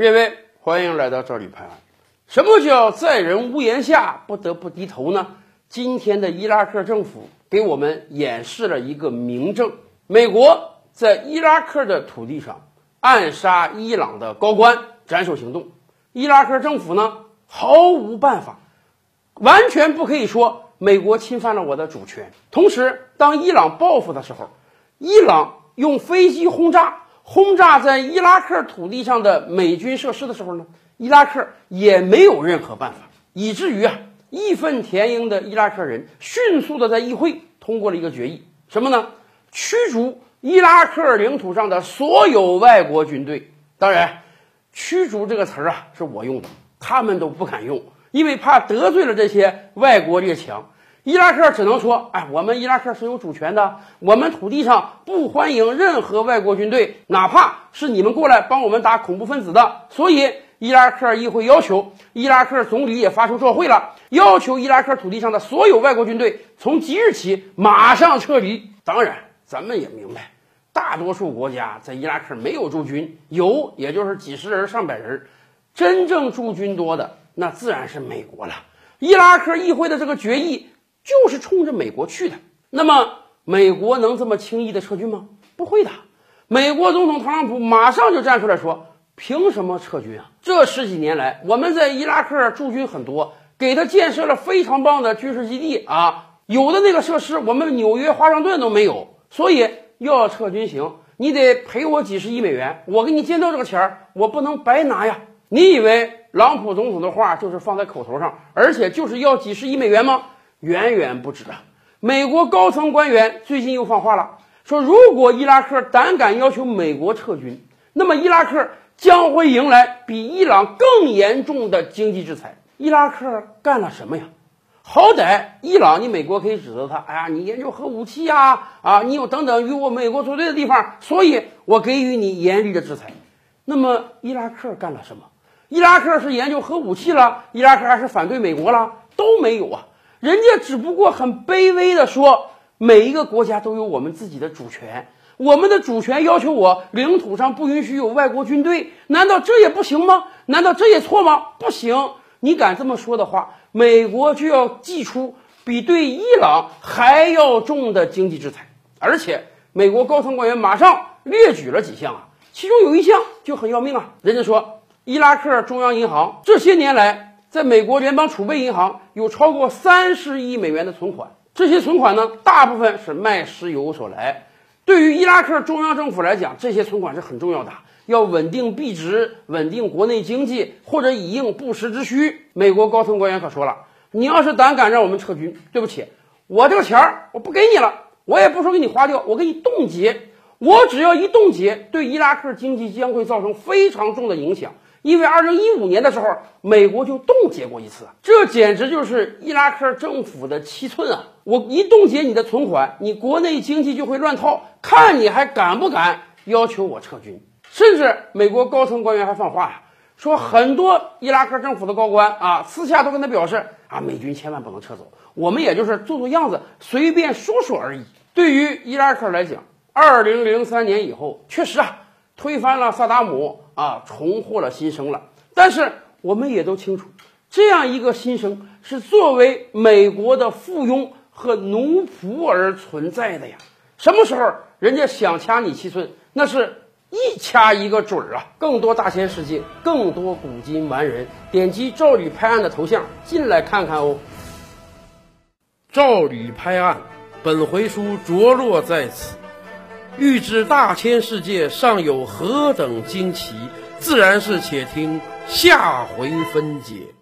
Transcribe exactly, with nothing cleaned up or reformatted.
列位，欢迎来到赵李拍案。什么叫在人屋檐下不得不低头呢？今天的伊拉克政府给我们演示了一个明证：美国在伊拉克的土地上暗杀伊朗的高官，斩首行动。伊拉克政府呢毫无办法，完全不可以说美国侵犯了我的主权。同时，当伊朗报复的时候，伊朗用飞机轰炸轰炸在伊拉克土地上的美军设施的时候呢，伊拉克也没有任何办法，以至于啊，义愤填膺的伊拉克人迅速的在议会通过了一个决议，什么呢？驱逐伊拉克领土上的所有外国军队。当然，驱逐这个词儿啊是我用的，他们都不敢用，因为怕得罪了这些外国列强。伊拉克只能说，哎，我们伊拉克是有主权的，我们土地上不欢迎任何外国军队，哪怕是你们过来帮我们打恐怖分子的。所以伊拉克议会要求，伊拉克总理也发出照会了，要求伊拉克土地上的所有外国军队从即日起马上撤离。当然咱们也明白，大多数国家在伊拉克没有驻军，有也就是几十人上百人，真正驻军多的那自然是美国了。伊拉克议会的这个决议就是冲着美国去的。那么美国能这么轻易的撤军吗？不会的。美国总统特朗普马上就站出来说，凭什么撤军啊？这十几年来我们在伊拉克驻军很多，给他建设了非常棒的军事基地啊，有的那个设施我们纽约华盛顿都没有，所以要撤军行，你得赔我几十亿美元，我给你建造这个钱儿我不能白拿呀。你以为朗普总统的话就是放在口头上，而且就是要几十亿美元吗？远远不止啊！美国高层官员最近又放话了，说如果伊拉克胆敢要求美国撤军，那么伊拉克将会迎来比伊朗更严重的经济制裁。伊拉克干了什么呀？好歹伊朗你美国可以指责他，哎呀，你研究核武器呀，啊，你有等等与我美国作对的地方，所以我给予你严厉的制裁。那么伊拉克干了什么？伊拉克是研究核武器了，伊拉克还是反对美国了？都没有啊。人家只不过很卑微的说，每一个国家都有我们自己的主权，我们的主权要求我领土上不允许有外国军队，难道这也不行吗？难道这也错吗？不行。你敢这么说的话，美国就要祭出比对伊朗还要重的经济制裁。而且美国高层官员马上列举了几项啊，其中有一项就很要命啊，人家说伊拉克中央银行这些年来在美国联邦储备银行有超过三十亿美元的存款，这些存款呢，大部分是卖石油所来。对于伊拉克中央政府来讲，这些存款是很重要的，要稳定币值，稳定国内经济，或者以应不时之需。美国高层官员可说了，你要是胆敢让我们撤军，对不起，我这个钱儿我不给你了，我也不说给你花掉，我给你冻结。我只要一冻结，对伊拉克经济将会造成非常重的影响。因为二零一五年的时候，美国就冻结过一次，这简直就是伊拉克政府的七寸啊！我一冻结你的存款，你国内经济就会乱套，看你还敢不敢要求我撤军。甚至美国高层官员还放话呀，说很多伊拉克政府的高官啊，私下都跟他表示啊，美军千万不能撤走，我们也就是做做样子，随便说说而已。对于伊拉克来讲，二零零三年以后，确实啊，推翻了萨达姆啊，重获了新生了。但是我们也都清楚，这样一个新生是作为美国的附庸和奴仆而存在的呀。什么时候人家想掐你七寸，那是一掐一个准儿啊！更多大千世界，更多古今完人，点击赵吕拍案的头像进来看看哦。赵吕拍案，本回书着落在此。欲知大千世界尚有何等惊奇，自然是且听下回分解。